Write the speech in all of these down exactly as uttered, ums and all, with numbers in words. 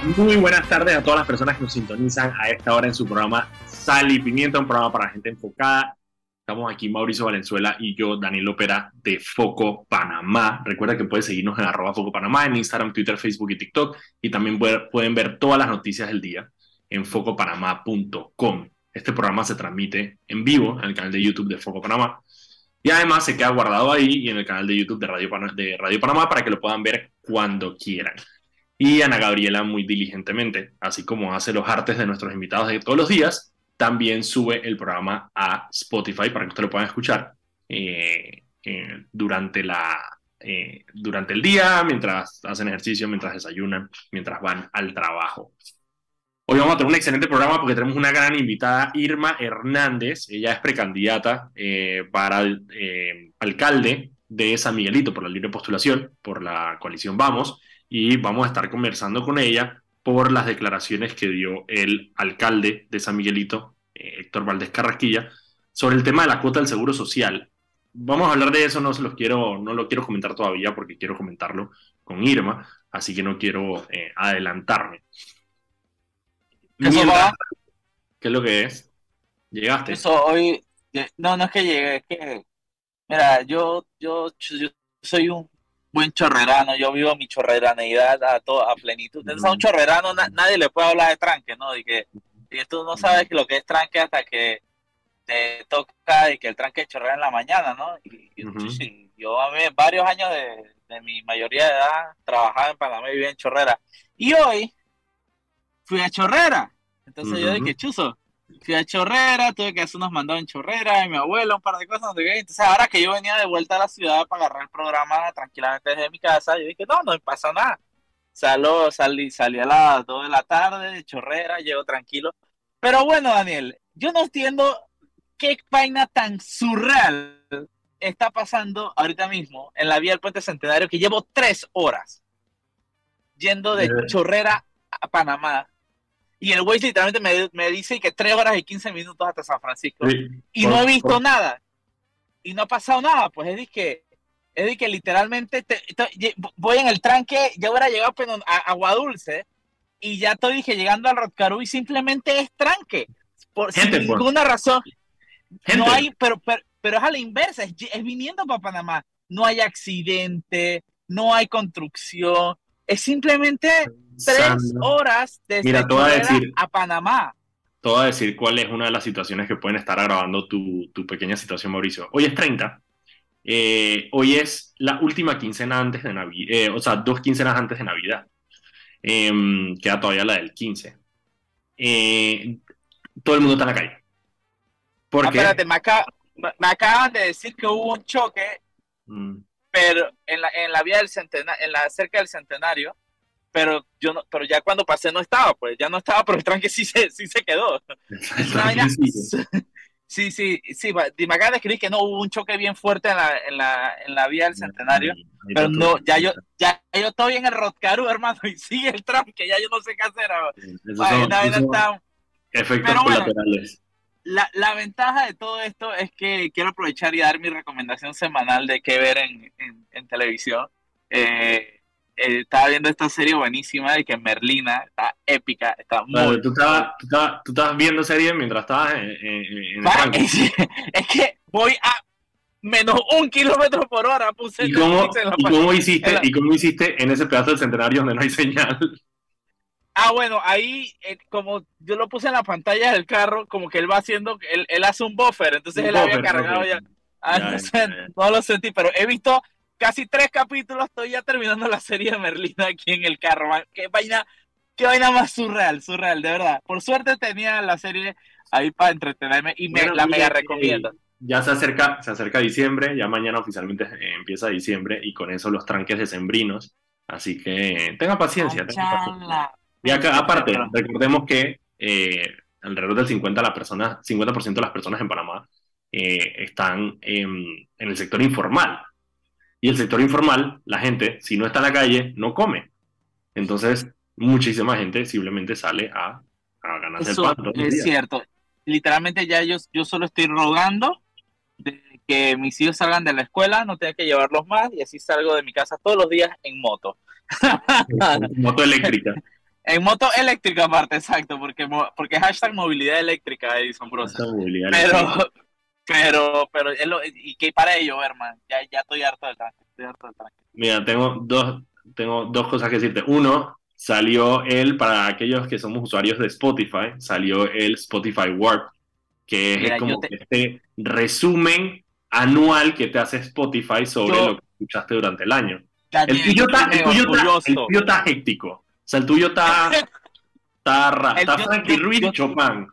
Muy buenas tardes a todas las personas que nos sintonizan a esta hora en su programa Sal y Pimienta, un programa para gente enfocada. Estamos aquí Mauricio Valenzuela y yo, Daniel Opera, de Foco Panamá. Recuerda que puedes seguirnos en arroba Foco Panamá en Instagram, Twitter, Facebook y TikTok. Y también pueden ver todas las noticias del día en foco panamá punto com. Este programa se transmite en vivo en el canal de YouTube de Foco Panamá. Y además se queda guardado ahí y en el canal de YouTube de Radio, Pan- de Radio Panamá para que lo puedan ver cuando quieran. Y Ana Gabriela muy diligentemente, así como hace los artes de nuestros invitados de todos los días, también sube el programa a Spotify para que ustedes lo puedan escuchar eh, eh, durante, la, eh, durante el día, mientras hacen ejercicio, mientras desayunan, mientras van al trabajo. Hoy vamos a tener un excelente programa porque tenemos una gran invitada, Irma Hernández. Ella es precandidata eh, para el eh, alcalde de San Miguelito por la libre postulación, por la coalición Vamos, y vamos a estar conversando con ella por las declaraciones que dio el alcalde de San Miguelito, eh, Héctor Valdés Carrasquilla, sobre el tema de la cuota del Seguro Social. Vamos a hablar de eso, no se los quiero, no lo quiero comentar todavía porque quiero comentarlo con Irma, así que no quiero eh, adelantarme. Eso Mientras, va, ¿qué es lo que es? ¿Llegaste? eso hoy, eh, no, no es que llegue, es que, mira, yo, yo, yo soy un buen chorrerano, yo vivo mi chorreraneidad a, todo, a plenitud. Entonces a un Mm, chorrerano na- nadie le puede hablar de tranque, ¿no? Y que, y que tú no sabes lo que es tranque hasta que te toca y que el tranque chorrea en la mañana, ¿no? Y, y sí, ujú, sí, yo a mí varios años de, de mi mayoría de edad trabajaba en Panamá y vivía en Chorrera. Y hoy fui a Chorrera. Entonces yo ujú. dije, chuzo, fui a Chorrera, tuve que hacer unos mandados en Chorrera, y mi abuela, un par de cosas, no sé qué. Entonces ahora que yo venía de vuelta a la ciudad para agarrar el programa tranquilamente desde mi casa, yo dije, no, no me pasa nada. Saló, salí, salí a las dos de la tarde de Chorrera, llego tranquilo. Pero bueno, Daniel, yo no entiendo qué vaina tan surreal está pasando ahorita mismo en la vía del Puente Centenario, que llevo tres horas yendo de Eh, Chorrera a Panamá. Y el Waze literalmente me, me dice que tres horas y quince minutos hasta San Francisco. sí, Y no he por, visto por- nada. Y no ha pasado nada. Pues es de que, es de que literalmente te, te, voy en el tranque. Ya hubiera llegado pero a Aguadulce. Y ya estoy dije, llegando al Rotcarú y simplemente es tranque. Por, sin gente, pues, ninguna razón. No gente. hay, pero, pero, pero es a la inversa. Es, es viniendo para Panamá. No hay accidente. No hay construcción. Es simplemente tres Pensando. horas desde Mira, te voy a Chorrera decir, a Panamá. te voy a decir cuál es una de las situaciones que pueden estar agravando tu, tu pequeña situación, Mauricio. Hoy es treinta. Eh, hoy es la última quincena antes de Navidad, o sea, dos quincenas antes de Navidad. Em, queda todavía la del quince. Eh, Todo el mundo está en la calle. Ah, ¿Por espérate, qué? me, acá, me, me acaban de decir que hubo un choque, Mm, pero en la, en la vía del centenario, en la cerca del centenario, pero yo no, pero ya cuando pasé no estaba, pues ya no estaba, pero el tranque sí se, sí se quedó. Es el una vaina, tranquillo. sí, sí, sí, me acaban de escribir que no hubo un choque bien fuerte en la, en la, en la vía del centenario, Ahí pero está tu no, ya yo, respuesta. ya yo estoy en el Rotcaru, hermano, y sigue el tranque, ya yo no sé qué hacer. Esos Ay, son, una esos vaina son está, efectos pero bueno, colaterales. La, la ventaja de todo esto es que quiero aprovechar y dar mi recomendación semanal de qué ver en, en, en televisión. Eh, eh, estaba viendo esta serie buenísima de que Merlina está épica, está Vale, muy, tú muy... estabas, tú estabas, tú estabas viendo series mientras estabas en, en- en el Va, tranque. es, es que voy a menos un kilómetro por hora, puse ¿Y Netflix cómo, en la, y pa- cómo en hiciste, la... y cómo hiciste en ese pedazo del centenario donde no hay señal? Ah, bueno, ahí eh, como yo lo puse en la pantalla del carro, como que él va haciendo, él, él hace un buffer, entonces Un él había buffer, ok. cargado ya. Ah, Ya, no ya, sé, ya. no lo sentí, pero he visto casi tres capítulos, estoy ya terminando la serie de Merlina aquí en el carro, man. Qué vaina, qué vaina más surreal, surreal, de verdad. Por suerte tenía la serie ahí para entretenerme y me Bueno, la mega mire, eh, recomiendo. ya se acerca, se acerca diciembre, ya mañana oficialmente eh, empieza diciembre y con eso los tranques decembrinos. Así que tenga paciencia, tenga paciencia. Achala, Y acá, peste, aparte, pero recordemos que eh, alrededor del cincuenta, de las personas, cincuenta por ciento de las personas en Panamá eh, están en, en el sector informal. Y el sector informal, la gente, si no está en la calle, no come. Entonces, muchísima gente simplemente sale a, a ganarse el pan eso todos los es días. cierto. Literalmente ya yo, yo solo estoy rogando de que mis hijos salgan de la escuela, no tenga que llevarlos más y así salgo de mi casa todos los días en moto. Moto eléctrica. En moto eléctrica aparte, exacto, porque, mo- porque hashtag movilidad eléctrica, Edison Brosa. Esa movilidad Pero, eléctrica. pero, pero, es lo- ¿y qué para ello, hermano? Ya, ya estoy harto del tranque, estoy harto del tranque. Mira, tengo dos, tengo dos cosas que decirte. Uno, salió el, para aquellos que somos usuarios de Spotify, salió el Spotify Warp, que es Mira, yo como te, que este resumen anual que te hace Spotify sobre yo, lo que escuchaste durante el año. El Daniel, tuyo yo estoy está, el mega tuyo está, el orgulloso. tuyo está héctico. O sea, el tuyo está, está, ra- El- está yo, Frankie yo, Ruiz yo, Chopin.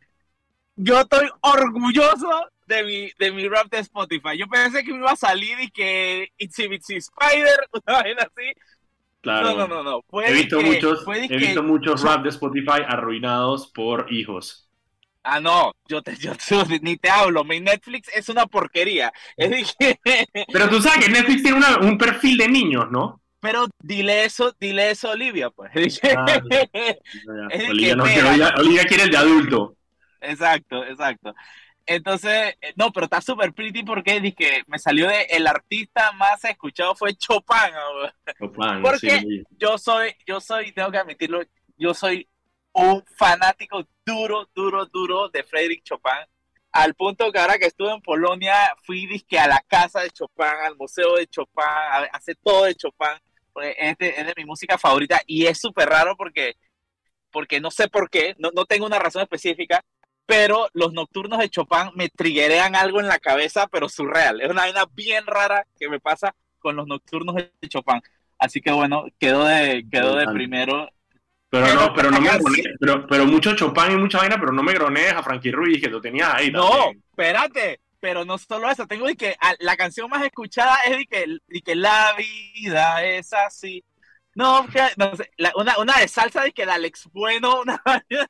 yo estoy orgulloso de mi, de mi rap de Spotify. Yo pensé que me iba a salir y que Itsy Bitsy Spider, una vaina así. No, no, Claro. no, no. He Fue de visto que, muchos, fue de he visto que, muchos cho- rap de Spotify arruinados por hijos. ah, no, yo, te, yo, yo ni te hablo. Mi Netflix es una porquería. Es de que, Pero tú sabes que Netflix tiene una- un perfil de niños, ¿no? pero dile eso, dile eso a Olivia, pues. Ah, ya, ya. Es de que, Olivia, no, que mira, Olivia, Olivia quiere el de adulto. exacto, exacto. Entonces, eh, no, pero está súper pretty porque dije, me salió de el artista más escuchado fue Chopin, ahora. Chopin, sí. Porque yo soy, yo soy, tengo que admitirlo, yo soy un fanático duro, duro, duro de Frédéric Chopin, al punto que ahora que estuve en Polonia, fui dizque a la casa de Chopin, al museo de Chopin, a, a hacer todo de Chopin, porque es de, es de mi música favorita y es súper raro porque, porque no sé por qué, no, no tengo una razón específica, pero los nocturnos de Chopin me triggerean algo en la cabeza, pero surreal. Es una vaina bien rara que me pasa con los nocturnos de Chopin. Así que bueno, quedó de, quedó de primero. Pero Pero no, pero no me acá gronees, sí- pero, pero mucho Chopin y mucha vaina, pero no me gronees a Frankie Ruiz, que lo tenías ahí No, también. espérate, pero no solo eso, tengo de que a- la canción más escuchada es de que, de que la vida es así. No, que, no sé, la- una, una de salsa de que el Alex Bueno, una,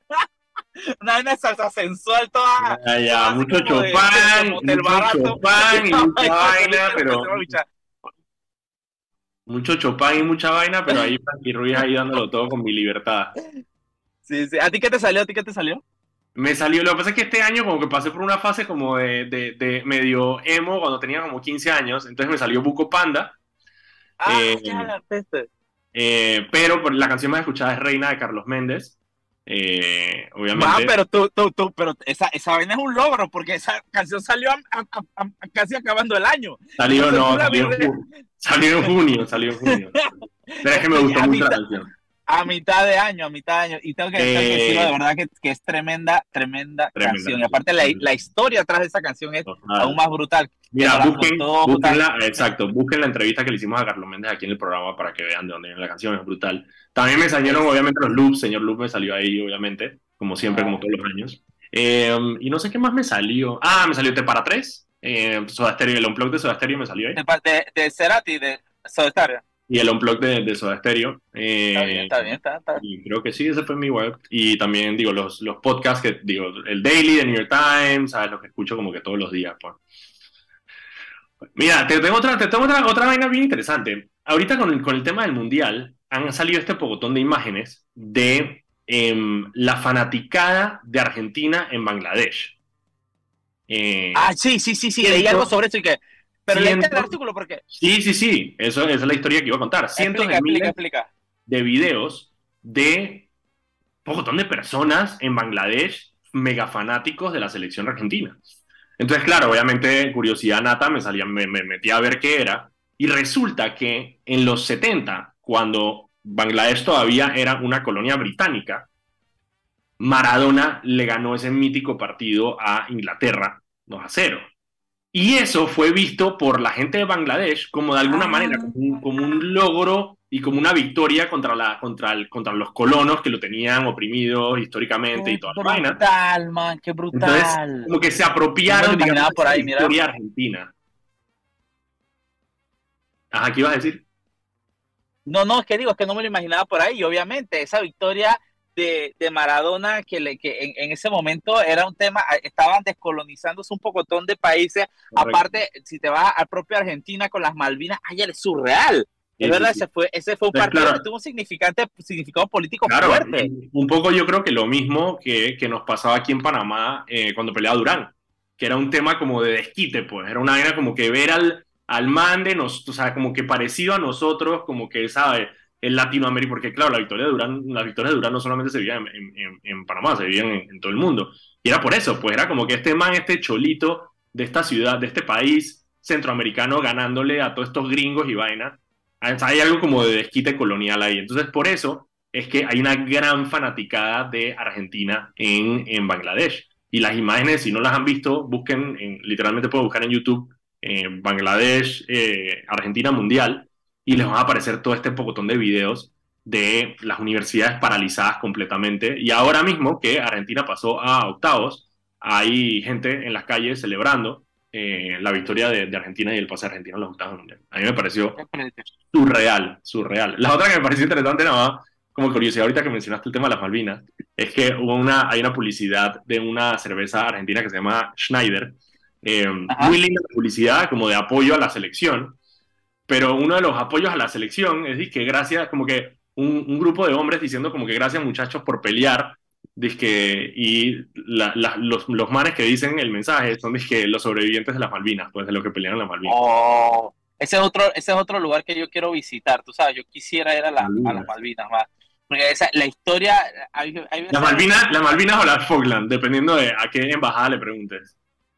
una, vaina de salsa sensual toda, Ya, ya, toda así mucho como de, de, Chopin, de motel mucho barato. Chopin y mucha vaina, pero Empecé a escuchar. mucho Chopin y mucha vaina, pero ahí Frankie Ruiz ahí dándolo todo con mi libertad. Sí, sí. ¿A ti qué te salió? ¿A ti qué te salió? Me salió, lo que pasa es que este año como que pasé por una fase como de, de, de medio emo cuando tenía como quince años, entonces me salió Buco Panda, Ah, eh, ya la peste. eh, pero por- la canción más escuchada es Reina de Carlos Méndez, eh, Ah, obviamente. pero tú, tú, tú, pero esa, esa vaina es un logro, porque esa canción salió a, a, a, a, casi acabando el año. Salió, Entonces, no, tú la salió en, viste- junio, salió en junio, salió en junio. Pero es que me gustó a, mucho la mitad, canción. a mitad de año, a mitad de año. Y tengo que, tengo que Eh, decirlo de verdad que, que es tremenda, tremenda, Tremenda canción. Y canción. aparte la, la historia atrás de esa canción es Total. aún más brutal. Mira, Nos la busquen, contó, busquen puta. la, exacto, busquen la entrevista que le hicimos a Carlos Méndez aquí en el programa para que vean de dónde viene la canción, es brutal. También me salieron, Es- obviamente, los loops, señor Loop me salió ahí, obviamente, como siempre, Ah. como todos los años. Eh, y no sé qué más me salió. Ah, me salió Te para tres, eh, Soda Stereo, el unplug de Soda Stereo me salió ahí. De, de, de Cerati, de Soda Stereo. Y el unplug de, de Soda Stereo. eh, Está bien, está bien, está, está. Y creo que sí, ese fue mi web. Y también, digo, los, los podcasts que, digo, el Daily de New York Times, ¿sabes? Los que escucho como que todos los días, pues. Mira, te tengo otra, te tengo otra, otra vaina bien interesante. Ahorita con el, con el tema del mundial han salido este pocotón de imágenes de em, la fanaticada de Argentina en Bangladesh. Eh, Ah, sí, sí, sí, sí, Ciento- leí algo sobre eso y que... Pero leíste el ciento- artículo porque... sí, sí, sí, eso, esa es la historia que iba a contar. Cientos Explica, de miles explica, explica. de videos de un pocotón de personas en Bangladesh mega fanáticos de la selección argentina. Entonces, claro, obviamente, curiosidad nata, me, salía, me, me metí a ver qué era, y resulta que en los setenta, cuando Bangladesh todavía era una colonia británica, Maradona le ganó ese mítico partido a Inglaterra dos a cero. Y eso fue visto por la gente de Bangladesh como de alguna Ah. manera, como un, como un logro y como una victoria contra, la, contra, el, contra los colonos que lo tenían oprimido históricamente Qué y toda la vaina. brutal, man, qué Entonces, brutal. como que se No me apropiaron lo digamos, imaginaba de por esa ahí, mira. historia argentina. Ajá, ¿qué ibas a decir? No, no, es que digo, es que no me lo imaginaba por ahí. Y obviamente, esa victoria de, de Maradona, que, le, que en, en ese momento era un tema, estaban descolonizándose un pocotón de países. Correcto. Aparte, si te vas al propio Argentina con las Malvinas, ay, es surreal. Sí, Es sí, verdad, sí. ese fue, ese fue un Pues, partido claro. que tuvo un significante, significado político Claro, fuerte. y un poco yo creo que lo mismo que, que nos pasaba aquí en Panamá eh, cuando peleaba Durán, que era un tema como de desquite, pues, era una vaina como que ver al, al man de nos, o sea, como que parecido a nosotros, como que, ¿sabes? en Latinoamérica, porque claro, la victoria de Durán, la victoria de Durán no solamente se vivía en, en, en, en Panamá, se vivía en, en todo el mundo. Y era por eso, pues era como que este man, este cholito de esta ciudad, de este país centroamericano, ganándole a todos estos gringos y vaina. Hay algo como de desquite colonial ahí. Entonces, por eso es que hay una gran fanaticada de Argentina en, en Bangladesh. Y las imágenes, si no las han visto, busquen, en, literalmente pueden buscar en YouTube eh, Bangladesh, eh, Argentina Mundial, y les van a aparecer todo este pocotón de videos de las universidades paralizadas completamente. Y ahora mismo que Argentina pasó a octavos, hay gente en las calles celebrando eh, la victoria de, de Argentina y el pase argentino en los octavos mundiales. A mí me pareció surreal, surreal. La otra que me pareció interesante, nada más, como curiosidad, ahorita que mencionaste el tema de las Malvinas, es que hubo una, hay una publicidad de una cerveza argentina que se llama Schneider, eh, muy linda publicidad, como de apoyo a la selección, pero uno de los apoyos a la selección es que gracias, como que un, un grupo de hombres diciendo como que gracias muchachos por pelear, dizque, y la, la, los, los manes que dicen el mensaje son dizque, los sobrevivientes de las Malvinas, pues de los que pelearon las Malvinas. Oh, ese es otro, ese es otro lugar que yo quiero visitar, tú sabes, yo quisiera ir a, la, a las Malvinas más. Porque esa, la historia... Hay, hay las, Malvinas, las Malvinas o las Falkland, dependiendo de a qué embajada le preguntes.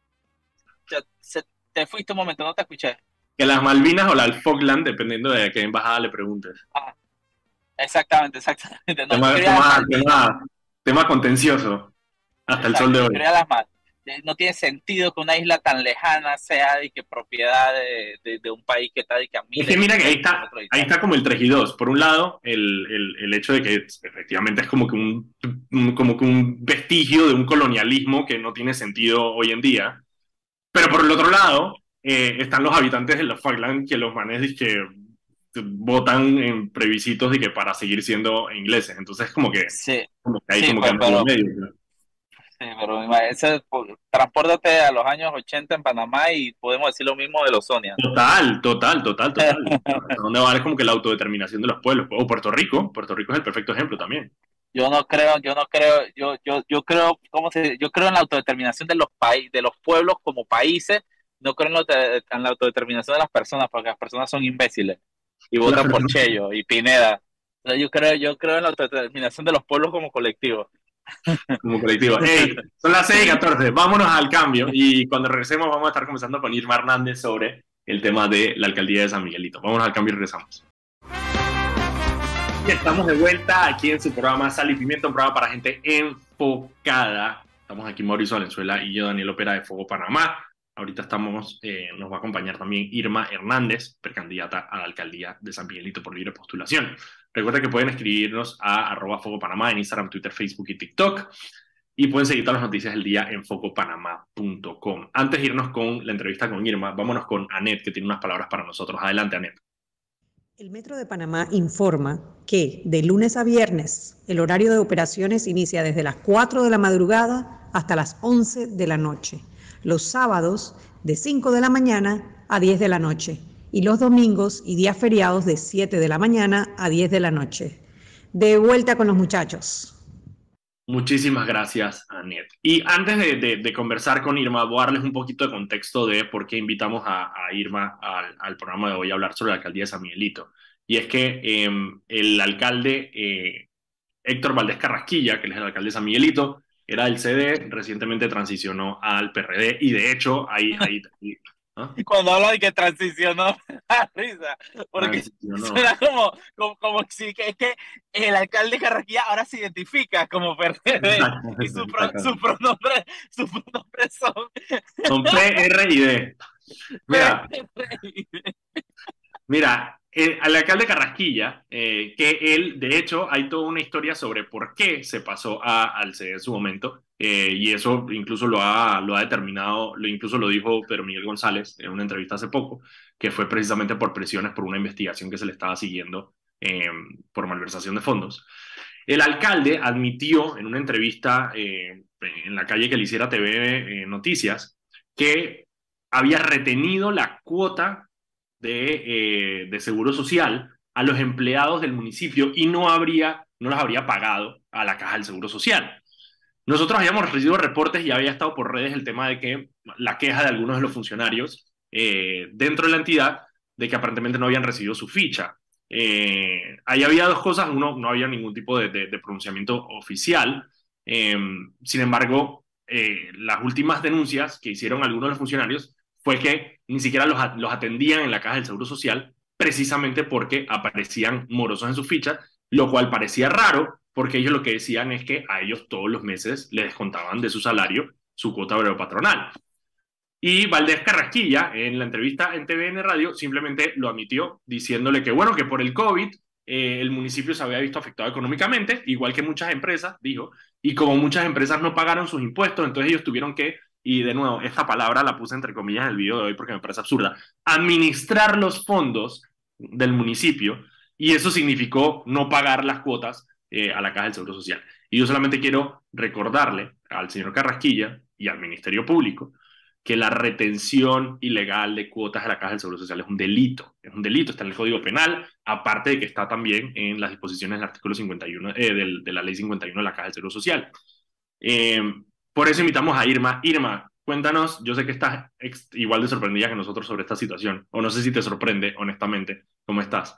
Se, te fuiste un momento, no te escuché. Que las Malvinas o las Falkland, dependiendo de a qué embajada le preguntes. Ah, exactamente, exactamente. No, tema, tema, tema, tema contencioso, hasta Exacto, el sol de hoy. Las mal. No tiene sentido que una isla tan lejana sea de que propiedad de, de, de un país que está de que a miles. Es que mira que ahí está, ahí está como el tres y dos. Por un lado, el, el, el hecho de que efectivamente es como que un, un, como que un vestigio de un colonialismo que no tiene sentido hoy en día. Pero por el otro lado, eh, están los habitantes de los Falkland que los manes que votan en plebiscitos de que para seguir siendo ingleses. Entonces como que, sí, como que hay sí, como pues, que pero, medio, ¿no? Sí, pero ese, transpórtate a los años ochenta en Panamá y podemos decir lo mismo de los Sonia. Total, total, total, total. ¿Dónde va? Es como que la autodeterminación de los pueblos. O Puerto Rico, Puerto Rico es el perfecto ejemplo también. Yo no creo, yo no creo, yo, yo, yo creo, ¿cómo se Yo creo en la autodeterminación de los países, de los pueblos como países, no creo en la, en la autodeterminación de las personas, porque las personas son imbéciles y votan por Chello y Pineda. O sea, yo creo, yo creo en la autodeterminación de los pueblos como colectivo. Como colectivo. Hey, son las seis y catorce, vámonos al cambio y cuando regresemos vamos a estar conversando con Irma Hernández sobre el tema de la alcaldía de San Miguelito. Vámonos al cambio y regresamos. Y estamos de vuelta aquí en su programa Sal y Pimienta, un programa para gente enfocada. Estamos aquí Mauricio Valenzuela y yo, Daniel Opera de Fuego Panamá. Ahorita estamos, eh, nos va a acompañar también Irma Hernández, precandidata a la alcaldía de San Miguelito por libre postulación. Recuerda que pueden escribirnos a arroba Foco Panamá en Instagram, Twitter, Facebook y TikTok. Y pueden seguir todas las noticias del día en foco panamá punto com. Antes de irnos con la entrevista con Irma, vámonos con Anet, que tiene unas palabras para nosotros. Adelante, Anet. El Metro de Panamá informa que de lunes a viernes el horario de operaciones inicia desde las cuatro de la madrugada hasta las once de la noche. Los sábados de cinco de la mañana a diez de la noche. Y los domingos y días feriados de siete de la mañana a diez de la noche. De vuelta con los muchachos. Muchísimas gracias, Anet. Y antes de, de, de conversar con Irma, voy a darles un poquito de contexto de por qué invitamos a, a Irma al, al programa de hoy a hablar sobre la alcaldía de San Miguelito. Y es que eh, el alcalde eh, Héctor Valdés Carrasquilla, que es el alcalde de San Miguelito, era del C D, recientemente transicionó al P R D y de hecho hay... hay, hay ¿Ah? Y cuando habla de que transicionó, me da risa, porque suena como, como, como si que, es que el alcalde Carrasquilla ahora se identifica como P R D y su, pro, su pronombre su pronombre son son P R y D. Mira, mira el, al alcalde Carrasquilla, eh, que él, de hecho, hay toda una historia sobre por qué se pasó a, al C D en su momento. Eh, y eso incluso lo ha, lo ha determinado, lo incluso lo dijo Pedro Miguel González en una entrevista hace poco, que fue precisamente por presiones por una investigación que se le estaba siguiendo eh, por malversación de fondos. El alcalde admitió en una entrevista eh, en la calle que le hiciera T V eh, Noticias que había retenido la cuota de, eh, de seguro social a los empleados del municipio y no, habría, no las habría pagado a la caja del seguro social. Nosotros habíamos recibido reportes y había estado por redes el tema de que la queja de algunos de los funcionarios eh, dentro de la entidad de que aparentemente no habían recibido su ficha. Eh, ahí había dos cosas. Uno, no había ningún tipo de, de- de pronunciamiento oficial. Eh, Sin embargo, eh, las últimas denuncias que hicieron algunos de los funcionarios fue que ni siquiera los, a- los atendían en la caja del Seguro Social, precisamente porque aparecían morosos en sus fichas, lo cual parecía raro, porque ellos lo que decían es que a ellos todos los meses les descontaban de su salario su cuota obrero patronal. Y Valdés Carrasquilla, en la entrevista en T V N Radio, simplemente lo admitió, diciéndole que, bueno, que por el COVID eh, el municipio se había visto afectado económicamente, igual que muchas empresas, dijo, y como muchas empresas no pagaron sus impuestos, entonces ellos tuvieron que, y de nuevo, esta palabra la puse entre comillas en el video de hoy porque me parece absurda, administrar los fondos del municipio, y eso significó no pagar las cuotas eh, a la Caja del Seguro Social. Y yo solamente quiero recordarle al señor Carrasquilla y al Ministerio Público que la retención ilegal de cuotas de la Caja del Seguro Social es un delito. Es un delito, está en el Código Penal, aparte de que está también en las disposiciones del artículo cincuenta y uno, eh, del, de la Ley cincuenta y uno de la Caja del Seguro Social. Eh, por eso invitamos a Irma. Irma, cuéntanos, yo sé que estás igual de sorprendida que nosotros sobre esta situación, o no sé si te sorprende, honestamente, ¿cómo estás?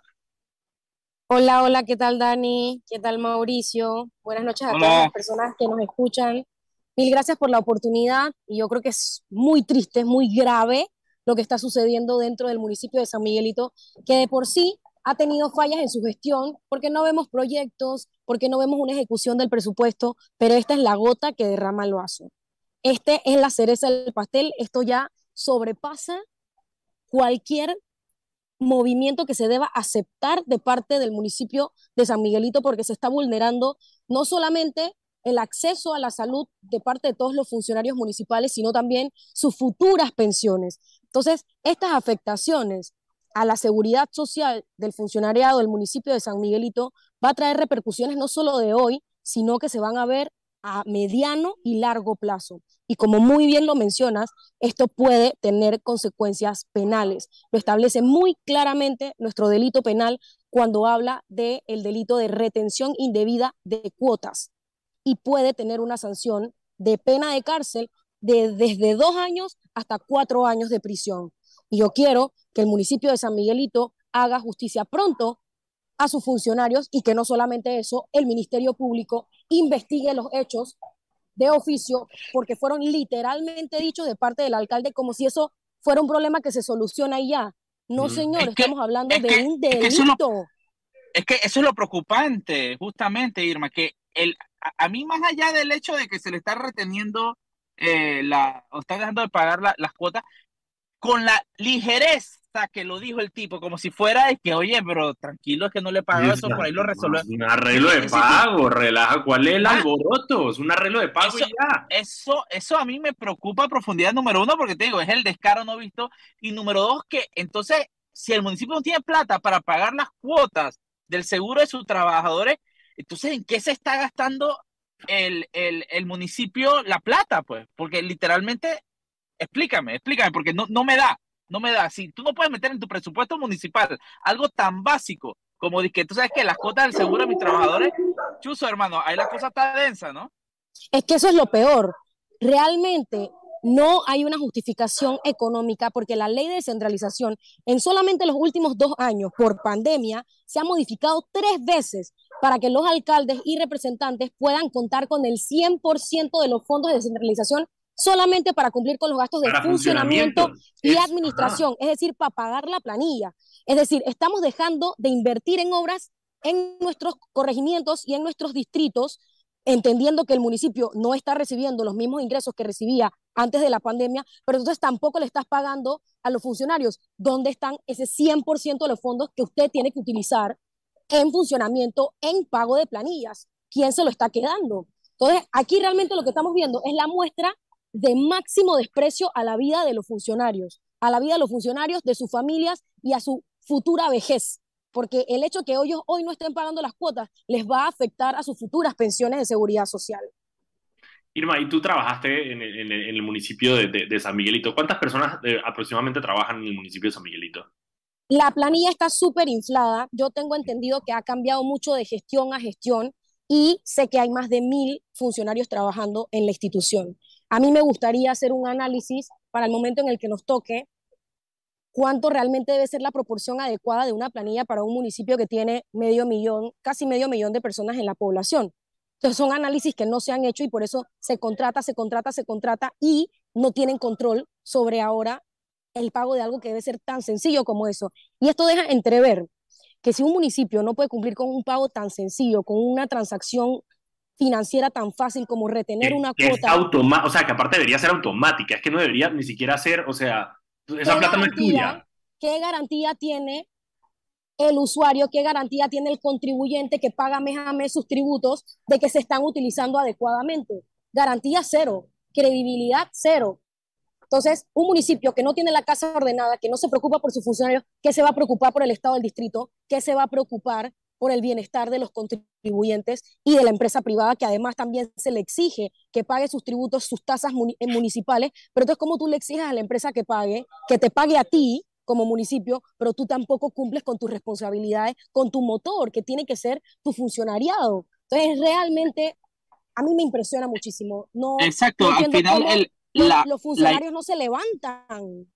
Hola, hola, ¿qué tal Dani? ¿Qué tal Mauricio? Buenas noches a todas las Hola. personas que nos escuchan. Mil gracias por la oportunidad y yo creo que es muy triste, es muy grave lo que está sucediendo dentro del municipio de San Miguelito, que de por sí ha tenido fallas en su gestión porque no vemos proyectos, porque no vemos una ejecución del presupuesto, pero esta es la gota que derrama el vaso. Este es la cereza del pastel, esto ya sobrepasa cualquier movimiento que se deba aceptar de parte del municipio de San Miguelito porque se está vulnerando no solamente el acceso a la salud de parte de todos los funcionarios municipales, sino también sus futuras pensiones. Entonces, estas afectaciones a la seguridad social del funcionariado del municipio de San Miguelito va a traer repercusiones no solo de hoy, sino que se van a ver a mediano y largo plazo. Y como muy bien lo mencionas, esto puede tener consecuencias penales. Lo establece muy claramente nuestro delito penal cuando habla del delito de retención indebida de cuotas y puede tener una sanción de pena de cárcel de desde dos años hasta cuatro años de prisión. Y yo quiero que el municipio de San Miguelito haga justicia pronto a sus funcionarios y que no solamente eso, el Ministerio Público investigue los hechos de oficio porque fueron literalmente dichos de parte del alcalde como si eso fuera un problema que se soluciona y ya. No, Mm. señor, Es que, estamos hablando es de que, un es que eso es lo, delito. es que eso es lo preocupante, justamente, Irma, que el, a, a mí más allá del hecho de que se le está reteniendo eh, la, o está dejando de pagar la- las cuotas, con la ligereza que lo dijo el tipo, como si fuera de que, oye, pero tranquilo, es que no le he Y pagado es eso, por ahí lo resuelve. un arreglo Oye, de ese tipo, pago, relaja, ¿cuál es el ah, alboroto? Es un arreglo de pago eso, y ya. eso, eso a mí me preocupa a profundidad, número uno, porque te digo, es el descaro no visto, y número dos, que entonces, si el municipio no tiene plata para pagar las cuotas del seguro de sus trabajadores, entonces, ¿en qué se está gastando el, el, el municipio la plata? Pues, porque literalmente, explícame, explícame, porque no, no me da, no me da. Si tú no puedes meter en tu presupuesto municipal algo tan básico como de que tú sabes que las cuotas del seguro de mis trabajadores, chuzo, hermano, ahí la cosa está densa, ¿no? Es que eso es lo peor. Realmente no hay una justificación económica porque la ley de descentralización en solamente los últimos dos años por pandemia se ha modificado tres veces para que los alcaldes y representantes puedan contar con el cien por ciento de los fondos de descentralización solamente para cumplir con los gastos de Para funcionamiento funcionamiento. y Es, ajá. administración, es decir, para pagar la planilla. Es decir, estamos dejando de invertir en obras en nuestros corregimientos y en nuestros distritos entendiendo que el municipio no está recibiendo los mismos ingresos que recibía antes de la pandemia, pero entonces tampoco le estás pagando a los funcionarios. ¿Dónde están ese cien por ciento de los fondos que usted tiene que utilizar en funcionamiento, en pago de planillas? ¿Quién se lo está quedando? Entonces, aquí realmente lo que estamos viendo es la muestra de máximo desprecio a la vida de los funcionarios, a la vida de los funcionarios, de sus familias y a su futura vejez porque el hecho de que ellos hoy no estén pagando las cuotas les va a afectar a sus futuras pensiones de seguridad social. Irma, y tú trabajaste en el, en el- en el municipio de, de- de San Miguelito. ¿Cuántas personas eh, aproximadamente trabajan en el municipio de San Miguelito? La planilla está súper inflada. Yo tengo entendido que ha cambiado mucho de gestión a gestión y sé que hay más de mil funcionarios trabajando en la institución. A mí me gustaría hacer un análisis para el momento en el que nos toque cuánto realmente debe ser la proporción adecuada de una planilla para un municipio que tiene medio millón, casi medio millón de personas en la población. Entonces son análisis que no se han hecho y por eso se contrata, se contrata, se contrata y no tienen control sobre ahora el pago de algo que debe ser tan sencillo como eso. Y esto deja entrever que si un municipio no puede cumplir con un pago tan sencillo, con una transacción financiera tan fácil como retener Que, una que es cuota, automática, o sea, que aparte debería ser automática, es que no debería ni siquiera ser, o sea, esa ¿qué plata no es garantía, tuya. qué garantía tiene el usuario, qué garantía tiene el contribuyente que paga mes a mes sus tributos de que se están utilizando adecuadamente? Garantía cero, credibilidad cero. Entonces, un municipio que no tiene la casa ordenada, que no se preocupa por sus funcionarios, ¿qué se va a preocupar por el estado del distrito? ¿Qué se va a preocupar por el bienestar de los contribuyentes y de la empresa privada, que además también se le exige que pague sus tributos, sus tasas municipales? Pero entonces, ¿cómo tú le exiges a la empresa que pague, que te pague a ti como municipio, pero tú tampoco cumples con tus responsabilidades, con tu motor, que tiene que ser tu funcionariado? Entonces, realmente, a mí me impresiona muchísimo. No, Exacto, no al entiendo final cómo el, los, la, los la, funcionarios no se levantan.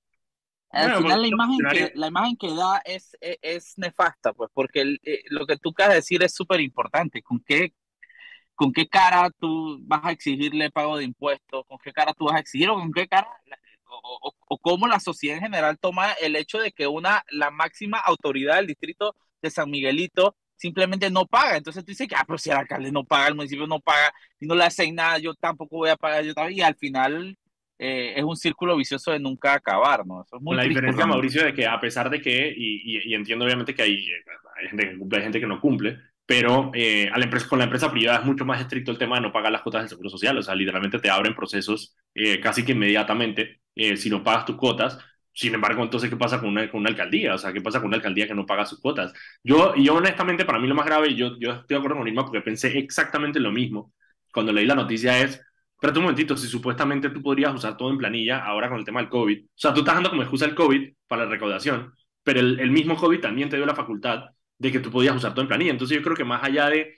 al Bueno, final porque la los imagen que, funcionarios, la imagen que da es, es, es nefasta, pues, porque el, eh, lo que tú acabas de decir es súper importante. ¿Con qué, con qué cara tú vas a exigirle pago de impuestos? ¿Con qué cara tú vas a exigir? ¿O con qué cara? O, o, o cómo la sociedad en general toma el hecho de que una, la máxima autoridad del distrito de San Miguelito simplemente no paga. Entonces tú dices que, ah, pero si el alcalde no paga, el municipio no paga, y no le hacen nada, yo tampoco voy a pagar, yo también. Y al final eh, es un círculo vicioso de nunca acabar, ¿no? Eso es con muy la triste diferencia, realmente. Mauricio, de que a pesar de que, y, y, y entiendo obviamente que hay, eh, hay gente que cumple, hay gente que no cumple, pero eh, a la empresa, con la empresa privada es mucho más estricto el tema de no pagar las cuotas del Seguro Social, o sea, literalmente te abren procesos eh, casi que inmediatamente eh, si no pagas tus cuotas. Sin embargo, entonces, ¿qué pasa con una, con una alcaldía? O sea, ¿qué pasa con una alcaldía que no paga sus cuotas? Yo, y yo honestamente, para mí lo más grave, y yo, yo estoy de acuerdo con Irma porque pensé exactamente lo mismo cuando leí la noticia, es espérate un momentito, si supuestamente tú podrías usar todo en planilla ahora con el tema del COVID, o sea, tú estás dando como excusa el COVID para la recaudación, pero el, el mismo COVID también te dio la facultad de que tú podías usar todo en planilla. Entonces yo creo que más allá de,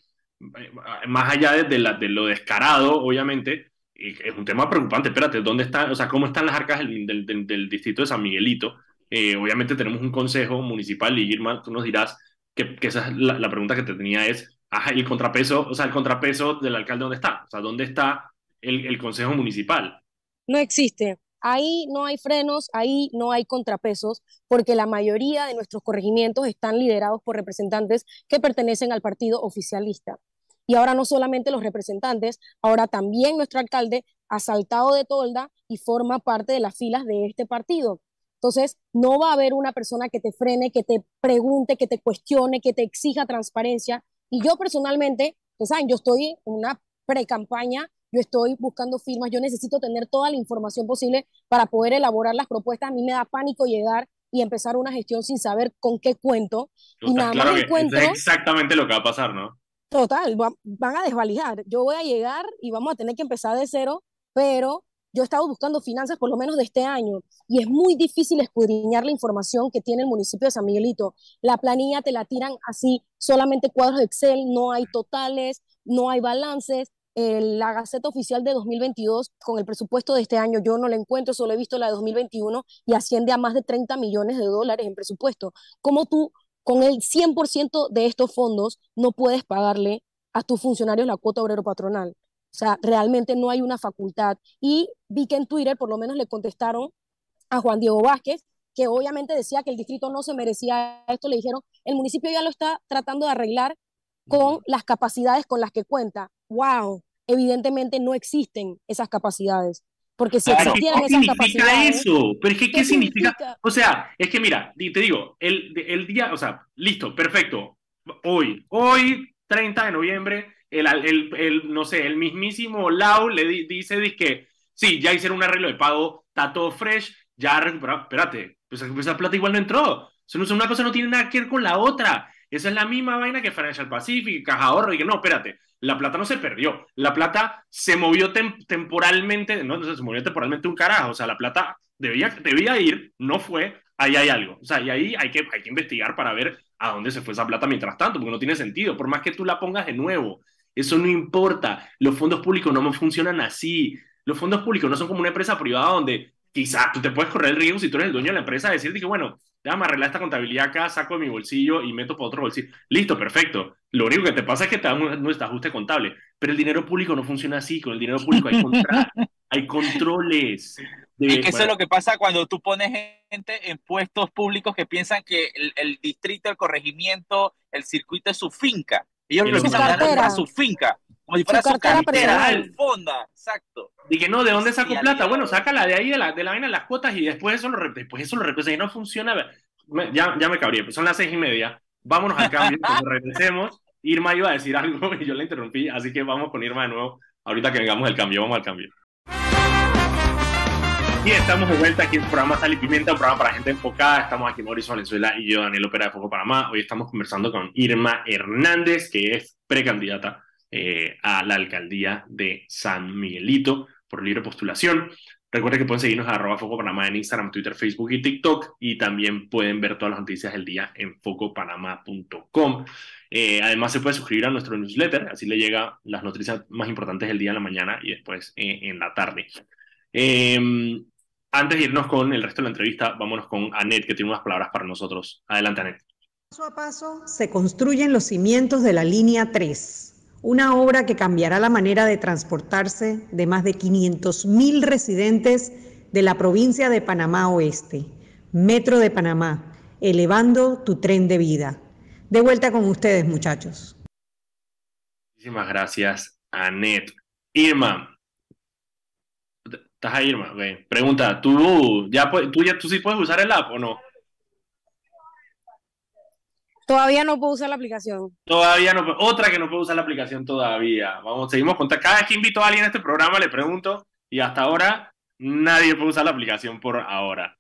más allá de, de, la, de lo descarado, obviamente, es un tema preocupante. Espérate, ¿dónde está, o sea, cómo están las arcas del, del, del, del distrito de San Miguelito? Eh, obviamente tenemos un consejo municipal y Irma, tú nos dirás que, que esa es la, la pregunta que te tenía es, ajá, el contrapeso, o sea, el contrapeso del alcalde, ¿dónde está? O sea, ¿dónde está el, el consejo municipal? No existe. Ahí no hay frenos, ahí no hay contrapesos, porque la mayoría de nuestros corregimientos están liderados por representantes que pertenecen al partido oficialista. Y ahora no solamente los representantes, ahora también nuestro alcalde ha saltado de tolda y forma parte de las filas de este partido. Entonces, no va a haber una persona que te frene, que te pregunte, que te cuestione, que te exija transparencia. Y yo personalmente, pues, saben, yo estoy en una pre-campaña, yo estoy buscando firmas, yo necesito tener toda la información posible para poder elaborar las propuestas. A mí me da pánico llegar y empezar una gestión sin saber con qué cuento. Tú Y estás nada más claro que eso es encuentro, exactamente lo que va a pasar, ¿no? total, va, van a desvalijar. Yo voy a llegar y vamos a tener que empezar de cero, pero yo he estado buscando finanzas por lo menos de este año y es muy difícil escudriñar la información que tiene el municipio de San Miguelito. La planilla te la tiran así, solamente cuadros de Excel, no hay totales, no hay balances. Eh, la Gaceta Oficial de dos mil veintidós con el presupuesto de este año yo no la encuentro, solo he visto la de dos mil veintiuno y asciende a más de treinta millones de dólares en presupuesto. ¿Cómo tú con el cien por ciento de estos fondos no puedes pagarle a tus funcionarios la cuota obrero patronal? O sea, realmente no hay una facultad. Y vi que en Twitter por lo menos le contestaron a Juan Diego Vázquez, que obviamente decía que el distrito no se merecía esto. Le dijeron, el municipio ya lo está tratando de arreglar con las capacidades con las que cuenta. ¡Wow! Evidentemente no existen esas capacidades. Porque si Pero Claro, ¿qué existieran esas significa capacidades, eso? Pero es que, ¿qué ¿qué significa? significa? O sea, es que mira, te digo, el, el día, o sea, listo, perfecto. Hoy, hoy, treinta de noviembre, el, el, el no sé, el mismísimo Lau le di, dice que sí, ya hicieron un arreglo de pago, está todo fresh, ya recuperado. Espérate, pues esa plata igual no entró. Eso no, una cosa no tiene nada que ver con la otra. Esa es la misma vaina que Financial Pacific, Caja Ahorro, y que no, espérate, la plata no se perdió, la plata se movió tem temporalmente, no, no se movió temporalmente un carajo, o sea, la plata debía, debía ir, no fue, ahí hay algo, o sea, y ahí hay que, hay que investigar para ver a dónde se fue esa plata mientras tanto, porque no tiene sentido, por más que tú la pongas de nuevo, eso no importa, los fondos públicos no funcionan así, los fondos públicos no son como una empresa privada donde quizás tú te puedes correr el riesgo si tú eres el dueño de la empresa de decirte que, bueno, déjame arreglar esta contabilidad acá, saco de mi bolsillo y meto para otro bolsillo. Listo, perfecto. Lo único que te pasa es que te dan un, nuestro ajuste contable, pero el dinero público no funciona así. Con el dinero público hay, contra hay controles. De, Es que eso bueno, es lo que pasa cuando tú pones gente en puestos públicos que piensan que el, el distrito, el corregimiento, el circuito es su finca. Ellos y lo lo empiezan a mismo, dar para su finca, como si fuera Su su, cartera cartera, personal. el fonda, exacto. dije, no, ¿de dónde saco Sí, plata? aliado. Bueno, sácala de ahí, de la, de la vaina, de las cuotas, y después eso lo, después eso lo regresa y no funciona. Me- ya, ya me cabría, pues son las seis y media. Vámonos al cambio, cuando regresemos. Irma iba a decir algo y yo la interrumpí, así que vamos con Irma de nuevo. Ahorita que vengamos del cambio, vamos al cambio. Y estamos de vuelta aquí en el programa Sal y Pimienta, un programa para gente enfocada. Estamos aquí Mauricio Valenzuela y yo, Daniel Opera de Foco Panamá. Hoy estamos conversando con Irma Hernández, que es precandidata eh, a la alcaldía de San Miguelito por libre postulación. Recuerden que pueden seguirnos a arroba Foco Panamá en Instagram, Twitter, Facebook y TikTok. Y también pueden ver todas las noticias del día en foco panamá punto com. Eh, además, se puede suscribir a nuestro newsletter, así le llegan las noticias más importantes del día en la mañana y después eh, en la tarde. Eh, antes de irnos con el resto de la entrevista, vámonos con Anet, que tiene unas palabras para nosotros. Adelante, Anet. Paso a paso se construyen los cimientos de la línea tres, una obra que cambiará la manera de transportarse de más de quinientos mil residentes de la provincia de Panamá Oeste. Metro de Panamá, elevando tu tren de vida. De vuelta con ustedes, muchachos. Muchísimas gracias, Anet. Irma. ¿Estás ahí, Irma? Okay. Pregunta, ¿tú ya, ¿tú ya tú sí puedes usar el app o no? Todavía no puedo usar la aplicación. Todavía no. Otra que no puede usar la aplicación todavía. Vamos, seguimos con. Cada vez que invito a alguien a este programa le pregunto y hasta ahora nadie puede usar la aplicación por ahora.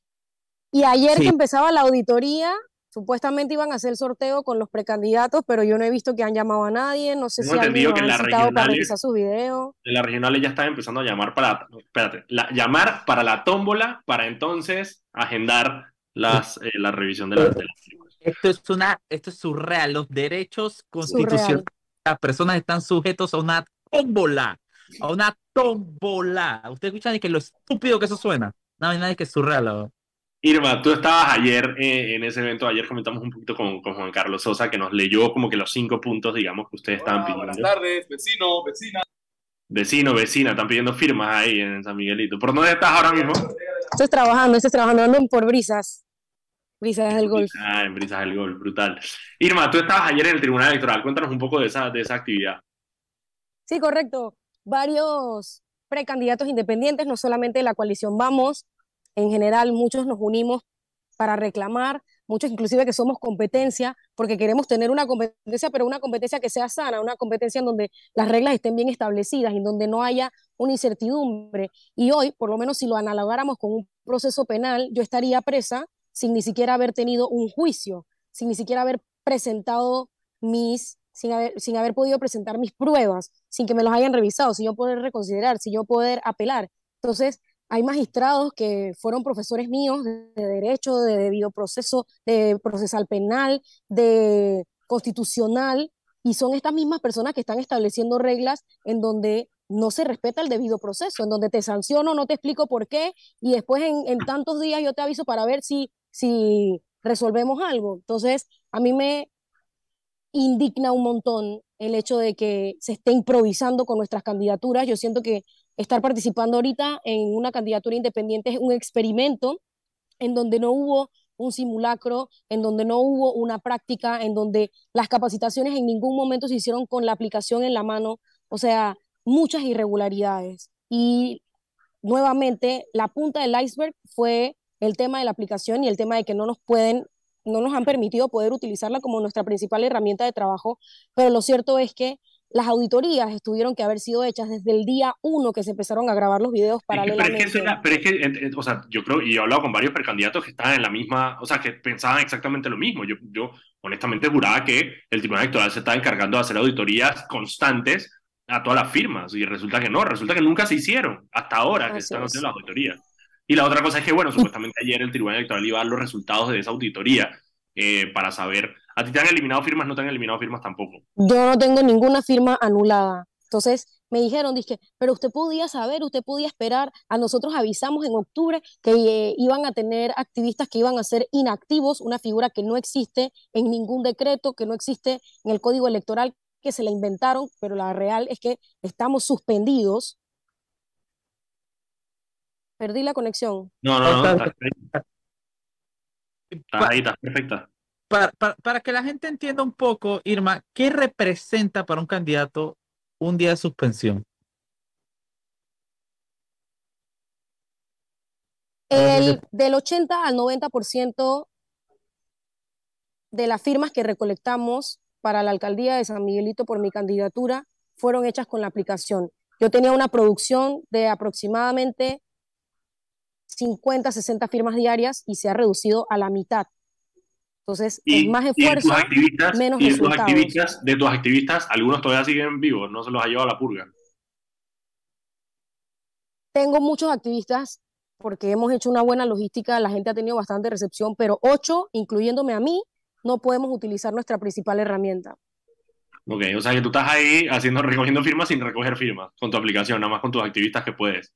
Y ayer Sí. que empezaba la auditoría, supuestamente iban a hacer el sorteo con los precandidatos, pero yo no he visto que han llamado a nadie, no sé Tengo si entendido alguien que lo han las citado para regionales- revisar sus videos. En las regionales ya están empezando a llamar para. Espérate, la- llamar para la tómbola para entonces agendar las, eh, la revisión de las. De las películas. Esto es una, esto es surreal. Los derechos constitucionales Surreal. de las personas están sujetos a una tómbola, a una tómbola. Ustedes escuchan y que lo estúpido que eso suena. No, nadie que es surreal. ¿No? Irma, tú estabas ayer eh, en ese evento, ayer comentamos un poquito con, con Juan Carlos Sosa, que nos leyó como que los cinco puntos, digamos, que ustedes estaban Hola, pidiendo. buenas tardes, vecino, vecina. Vecino, vecina, están pidiendo firmas ahí en San Miguelito. ¿Por dónde estás ahora mismo? Estoy trabajando, estoy trabajando ando por brisas. Brisas del golf. Ah, en Brisas del Gol, brutal. Irma, tú estabas ayer en el Tribunal Electoral, cuéntanos un poco de esa, de esa actividad. Sí, correcto. Varios precandidatos independientes, no solamente de la coalición Vamos, en general muchos nos unimos para reclamar, muchos inclusive que somos competencia, porque queremos tener una competencia, pero una competencia que sea sana, una competencia en donde las reglas estén bien establecidas, en donde no haya una incertidumbre. Y hoy, por lo menos si lo analogáramos con un proceso penal, yo estaría presa sin ni siquiera haber tenido un juicio, sin ni siquiera haber presentado mis, sin haber, sin haber podido presentar mis pruebas, sin que me los hayan revisado, sin yo poder reconsiderar, sin yo poder apelar. Entonces, hay magistrados que fueron profesores míos de, de derecho, de debido proceso, de procesal penal, de constitucional, y son estas mismas personas que están estableciendo reglas en donde no se respeta el debido proceso, en donde te sanciono, no te explico por qué, y después en, en tantos días yo te aviso para ver si, si resolvemos algo. Entonces, a mí me indigna un montón el hecho de que se esté improvisando con nuestras candidaturas. Yo siento que estar participando ahorita en una candidatura independiente es un experimento en donde no hubo un simulacro, en donde no hubo una práctica, en donde las capacitaciones en ningún momento se hicieron con la aplicación en la mano, o sea, muchas irregularidades. Y nuevamente, la punta del iceberg fue el tema de la aplicación y el tema de que no nos pueden, no nos han permitido poder utilizarla como nuestra principal herramienta de trabajo, pero lo cierto es que las auditorías tuvieron que haber sido hechas desde el día uno que se empezaron a grabar los videos paralelamente. Pero es que, eso era, pero es que eh, eh, o sea, yo creo, y he hablado con varios precandidatos que estaban en la misma, o sea, que pensaban exactamente lo mismo. Yo, yo honestamente juraba que el Tribunal Electoral se estaba encargando de hacer auditorías constantes a todas las firmas, y resulta que no, resulta que nunca se hicieron, hasta ahora que Así están es. haciendo las auditorías. Y la otra cosa es que, bueno, supuestamente ayer el Tribunal Electoral iba a dar los resultados de esa auditoría eh, para saber, ¿a ti te han eliminado firmas? ¿No te han eliminado firmas tampoco? Yo no tengo ninguna firma anulada. Entonces, me dijeron, dije, pero usted podía saber, usted podía esperar, a nosotros avisamos en octubre que eh, iban a tener activistas que iban a ser inactivos, una figura que no existe en ningún decreto, que no existe en el código electoral, que se la inventaron, pero la real es que estamos suspendidos. Perdí la conexión. No, No, no, no, está estás bien. ahí, estás Pa- ahí, estás perfecta. para, para- para que la gente entienda un poco, Irma, ¿qué representa para un candidato un día de suspensión? Para que- El, del ochenta al noventa por ciento de las firmas que recolectamos para la alcaldía de San Miguelito por mi candidatura fueron hechas con la aplicación. Yo tenía una producción de aproximadamente cincuenta, sesenta firmas diarias y se ha reducido a la mitad. Entonces, es Y, más y de tus esfuerzo, activistas, menos y de tus resultados. activistas, de tus activistas, algunos todavía siguen vivos, no se los ha llevado a la purga. Tengo muchos activistas porque hemos hecho una buena logística, la gente ha tenido bastante recepción, pero ocho, incluyéndome a mí, no podemos utilizar nuestra principal herramienta. Ok, o sea que tú estás ahí haciendo, recogiendo firmas sin recoger firmas, con tu aplicación, nada más con tus activistas que puedes.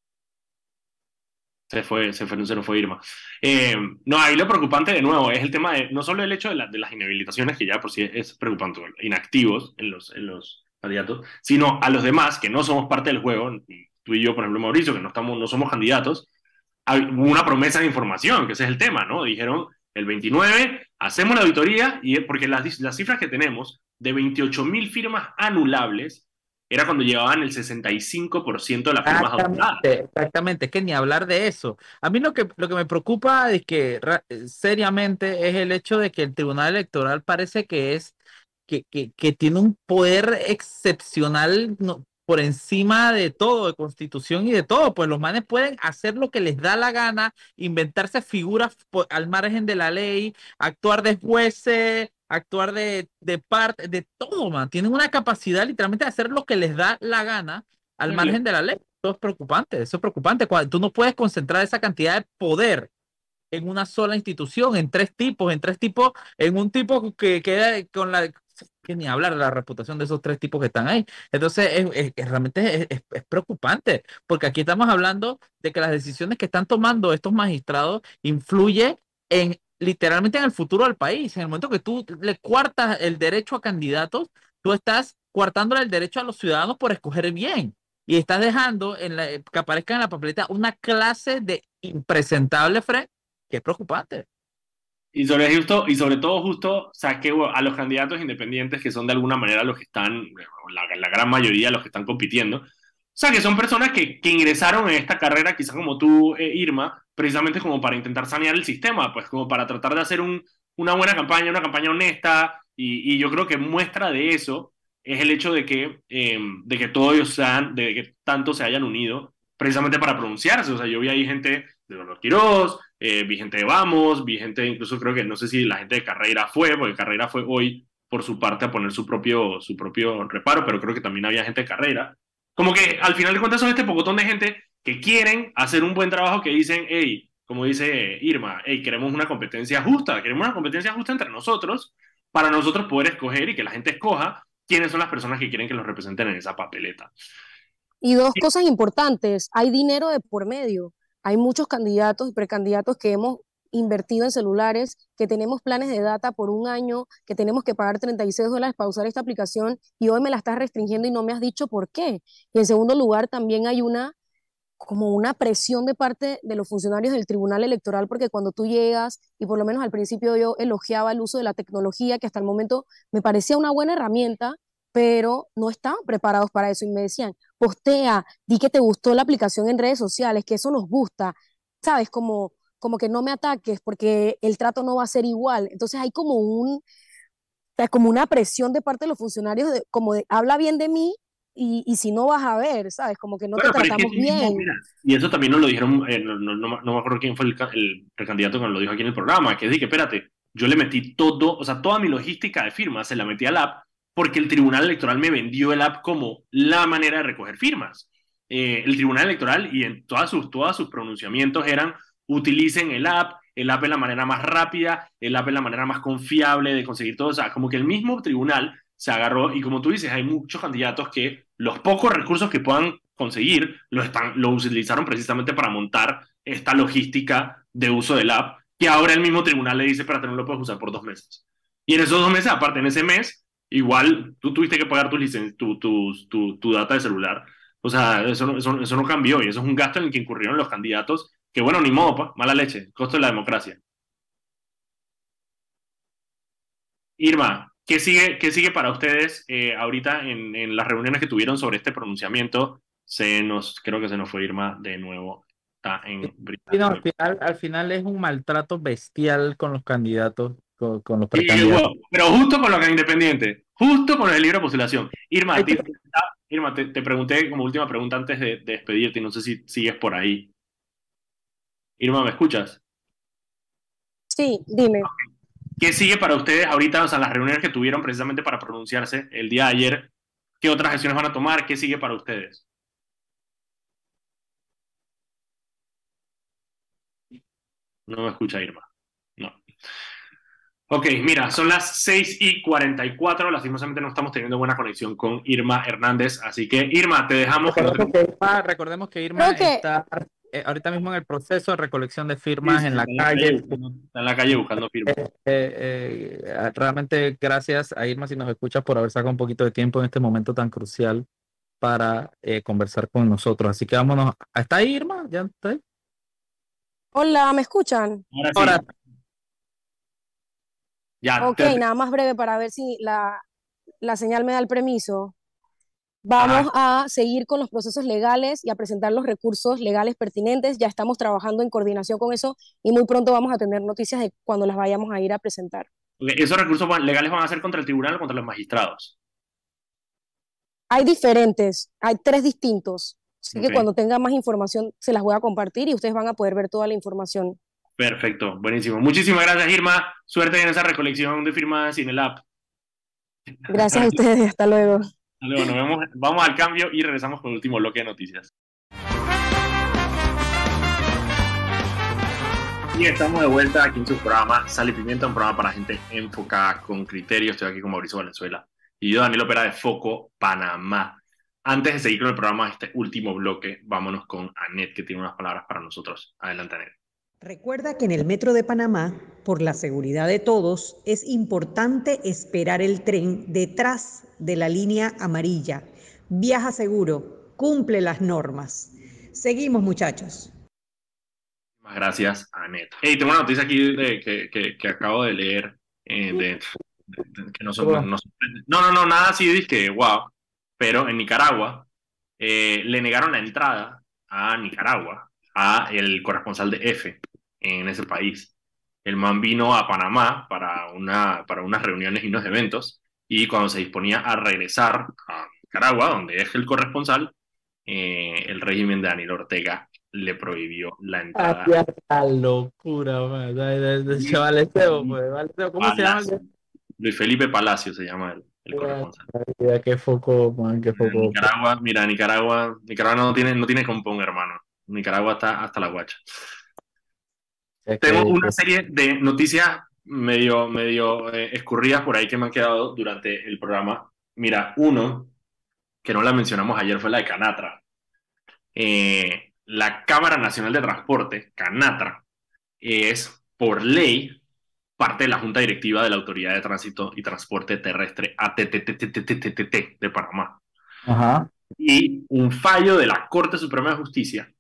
Se fue, se fue, se nos fue Irma. Eh, no, ahí lo preocupante de nuevo es el tema de, no solo el hecho de, la, de las inhabilitaciones, que ya por sí es preocupante, inactivos en los, en los candidatos, sino a los demás que no somos parte del juego, tú y yo, por ejemplo, Mauricio, que no, estamos, no somos candidatos, hay, hubo una promesa de información, que ese es el tema, ¿no? Dijeron, el veintinueve hacemos la auditoría, y porque las, las cifras que tenemos de veintiocho mil firmas anulables, era cuando llevaban el sesenta y cinco por ciento de las firmas anuladas. Exactamente, exactamente, es que ni hablar de eso. A mí lo que, lo que me preocupa es que ra- seriamente es el hecho de que el Tribunal Electoral parece que es que, que, que tiene un poder excepcional, no, por encima de todo, de Constitución y de todo. Pues los manes pueden hacer lo que les da la gana, inventarse figuras po- al margen de la ley, actuar de jueces, actuar de, de parte, de todo, man. Tienen una capacidad literalmente de hacer lo que les da la gana al margen de la ley. Eso es preocupante, eso es preocupante. Cuando tú no puedes concentrar esa cantidad de poder en una sola institución, en tres tipos, en tres tipos, en un tipo que queda con la, que ni hablar de la reputación de esos tres tipos que están ahí. Entonces, es, es- es- realmente es, es- es preocupante, porque aquí estamos hablando de que las decisiones que están tomando estos magistrados influye en literalmente en el futuro del país. En el momento que tú le cuartas el derecho a candidatos, tú estás coartándole el derecho a los ciudadanos por escoger bien. Y estás dejando en la, que aparezca en la papeleta una clase de impresentable, Fred, que es preocupante. Y sobre, justo, y sobre todo justo saqué a los candidatos independientes que son de alguna manera los que están, la, la gran mayoría los que están compitiendo. O sea, que son personas que, que ingresaron en esta carrera, quizás como tú, eh, Irma, precisamente como para intentar sanear el sistema, pues como para tratar de hacer un, una buena campaña, una campaña honesta, y, y yo creo que muestra de eso es el hecho de que, eh, de que todos ellos sean, de que tanto se hayan unido, precisamente para pronunciarse. O sea, yo vi ahí gente de Dolor Quirós, eh, vi gente de Vamos, vi gente, incluso creo que no sé si la gente de Carreira fue, porque Carreira fue hoy por su parte a poner su propio, su propio reparo, pero creo que también había gente de Carreira. Como que al final de cuentas son este pocotón de gente que quieren hacer un buen trabajo, que dicen, hey, como dice Irma, hey, queremos una competencia justa, queremos una competencia justa entre nosotros, para nosotros poder escoger y que la gente escoja quiénes son las personas que quieren que los representen en esa papeleta. Y dos cosas importantes, hay dinero de por medio. Hay muchos candidatos y precandidatos que hemos invertido en celulares, que tenemos planes de data por un año, que tenemos que pagar treinta y seis dólares para usar esta aplicación y hoy me la estás restringiendo y no me has dicho por qué. Y en segundo lugar, también hay una como una presión de parte de los funcionarios del Tribunal Electoral, porque cuando tú llegas, y por lo menos al principio yo elogiaba el uso de la tecnología, que hasta el momento me parecía una buena herramienta, pero no estaban preparados para eso y me decían, postea, di que te gustó la aplicación en redes sociales, que eso nos gusta, ¿sabes? Como, como que no me ataques porque el trato no va a ser igual. Entonces hay como un, o sea, como una presión de parte de los funcionarios, de, como de, habla bien de mí y, y si no vas a ver, ¿sabes? Como que no Bueno, te pero es que tratamos eso mismo, bien. mira, y eso también nos lo dijeron, eh, no, no, no, no me acuerdo quién fue el, ca- el precandidato que nos lo dijo aquí en el programa, que es de que, espérate, yo le metí todo, o sea, toda mi logística de firmas se la metí al app porque el Tribunal Electoral me vendió el app como la manera de recoger firmas. Eh, el Tribunal Electoral y en todas sus, todos sus pronunciamientos eran, utilicen el app, el app es la manera más rápida, el app es la manera más confiable de conseguir todo, o sea, como que el mismo tribunal se agarró, y como tú dices, hay muchos candidatos que los pocos recursos que puedan conseguir lo, están, lo utilizaron precisamente para montar esta logística de uso del app, que ahora el mismo tribunal le dice, espérate, no lo puedes usar por dos meses. Y en esos dos meses, aparte, en ese mes, igual tú tuviste que pagar tu, licen tu, tu, tu, tu data de celular. O sea, eso no, eso, eso no cambió, y eso es un gasto en el que incurrieron los candidatos, que bueno, ni modo, pa, mala leche, costo de la democracia. Irma, ¿qué sigue, qué sigue para ustedes eh, ahorita en, en las reuniones que tuvieron sobre este pronunciamiento? Se nos, creo que se nos fue Irma de nuevo. Está en Sí, no, al final, al final es un maltrato bestial con los candidatos, con, con los Sí, precandidatos. bueno, pero justo con lo que es independiente, justo con el libre postulación. Irma, Ay, te, Irma, te, te pregunté como última pregunta antes de, de despedirte y no sé si sigues por ahí. Irma, ¿me escuchas? Sí, dime. ¿Qué sigue para ustedes ahorita, o sea, las reuniones que tuvieron precisamente para pronunciarse el día de ayer? ¿Qué otras acciones van a tomar? ¿Qué sigue para ustedes? No me escucha Irma. No. Ok, mira, son las seis y cuarenta y cuatro. Lastimosamente no estamos teniendo buena conexión con Irma Hernández. Así que, Irma, te dejamos. Que no te... Recordemos que Irma, recordemos que Irma Creo que está eh, ahorita mismo en el proceso de recolección de firmas Sí, en la está en la calle. calle buscando, está en la calle buscando firmas. Eh, eh, eh, realmente gracias a Irma si nos escuchas por haber sacado un poquito de tiempo en este momento tan crucial para eh, conversar con nosotros. Así que vámonos. ¿Está ahí Irma? ¿Ya está ahí? Hola, ¿me escuchan? Ahora sí. Ahora, Ya, Ok, te- nada más breve para ver si la, la señal me da el permiso. Vamos a seguir con los procesos legales y a presentar los recursos legales pertinentes. Ya estamos trabajando en coordinación con eso y muy pronto vamos a tener noticias de cuando las vayamos a ir a presentar. esos recursos van- legales van a ser contra el tribunal o contra los magistrados. Hay diferentes, hay tres distintos. Así Ok, que cuando tenga más información se las voy a compartir y ustedes van a poder ver toda la información. perfecto, buenísimo. Muchísimas gracias, Irma. Suerte en esa recolección de firmas en el app. Gracias a ustedes, hasta luego. Luego nos vemos, vamos al cambio y regresamos con el último bloque de noticias. Y estamos de vuelta aquí en su programa Sal y Pimienta, un programa para gente enfocada con criterio. Estoy aquí con Mauricio Valenzuela y yo, Daniel Opera de Foco Panamá. Antes de seguir con el programa, este último bloque, vámonos con Anet, que tiene unas palabras para nosotros. Adelante, Anet. Recuerda que en el Metro de Panamá, por la seguridad de todos, es importante esperar el tren detrás de la línea amarilla. Viaja seguro, cumple las normas. Seguimos, muchachos. Muchas gracias, Anet. Hey, tengo una noticia aquí de, que, que, que acabo de leer. Eh, de, de- de- que no, son, no, no, no, no, no, nada así, dizque, wow. Pero en Nicaragua eh, le negaron la entrada a Nicaragua a el corresponsal de F en ese país. El man vino a Panamá para, una, para unas reuniones y unos eventos, y cuando se disponía a regresar a Nicaragua, donde es el corresponsal, eh, el régimen de Daniel Ortega le prohibió la entrada. hacia la locura, man. De, de, de ese Valeceo, pues, Valeceo, ¿cómo se llama? Palacio. Luis Felipe Palacio se llama el, el corresponsal. Mira, qué foco, man, qué foco. Nicaragua, mira, Nicaragua, Nicaragua no tiene, no tiene compón, hermano. Nicaragua está hasta la guacha. Es Tengo que- una serie de noticias medio, medio eh, escurridas por ahí que me han quedado durante el programa. Mira, uno, que no la mencionamos ayer, fue la de Canatra. Eh, la Cámara Nacional de Transporte, Canatra, es por ley parte de la Junta Directiva de la Autoridad de Tránsito y Transporte Terrestre, A T T T T T T T T, de Panamá. Ajá. Y un fallo de la Corte Suprema de Justicia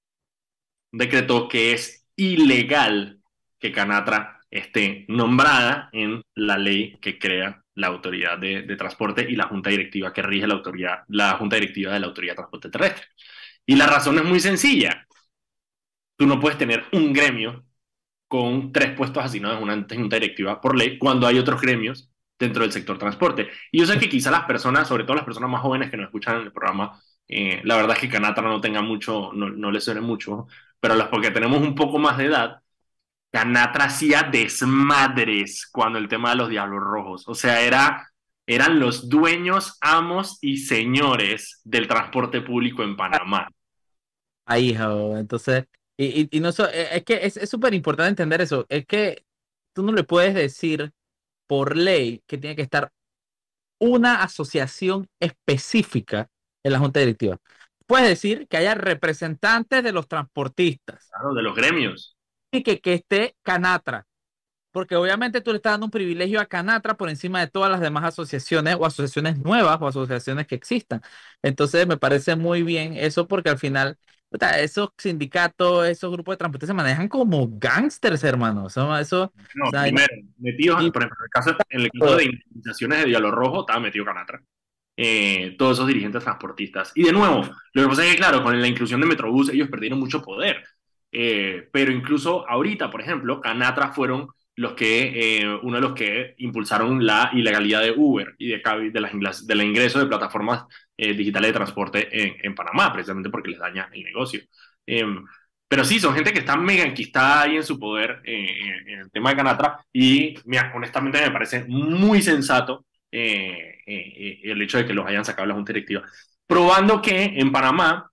decretó que es ilegal que Canatra esté nombrada en la ley que crea la Autoridad de, de Transporte y la Junta Directiva que rige la, autoridad, la Junta Directiva de la Autoridad de Transporte Terrestre. Y la razón es muy sencilla. Tú no puedes tener un gremio con tres puestos asignados en una junta directiva por ley cuando hay otros gremios dentro del sector transporte. Y yo sé que quizá las personas, sobre todo las personas más jóvenes que nos escuchan en el programa, eh, la verdad es que Canatra no tenga mucho, no, no le suene mucho, pero las porque tenemos un poco más de edad, Canatra hacía desmadres cuando el tema de los Diablos Rojos. O sea, era, eran los dueños, amos y señores del transporte público en Panamá. Ahí, jo, entonces, y, y, y no so- eh, es que es es súper importante entender eso. Es que tú no le puedes decir por ley que tiene que estar una asociación específica en la junta directiva. Puedes decir que haya representantes de los transportistas Claro, de los gremios. y que, que esté Canatra, porque obviamente tú le estás dando un privilegio a Canatra por encima de todas las demás asociaciones o asociaciones nuevas o asociaciones que existan. Entonces me parece muy bien eso porque al final puta, esos sindicatos, esos grupos de transporte se manejan como gángsters, hermano. Eso, eso, o No, sea, primero, metidos, y- por ejemplo, en el caso, en el caso de indemnizaciones de Diablo Rojo, estaba metido Canatra. Eh, todos esos dirigentes transportistas. Y de nuevo, lo que pasa es que, claro, con la inclusión de Metrobús, ellos perdieron mucho poder. Eh, pero incluso ahorita, por ejemplo, Canatra fueron los que, eh, uno de los que impulsaron la ilegalidad de Uber y de, cabi- de las inglas- del ingreso de plataformas eh, digitales de transporte en, en Panamá, precisamente porque les daña el negocio. Eh, pero sí, son gente que está mega enquistada ahí en su poder eh, en, en el tema de Canatra y, mira, honestamente me parece muy sensato eh, eh, eh, el hecho de que los hayan sacado de la Junta Directiva, probando que en Panamá,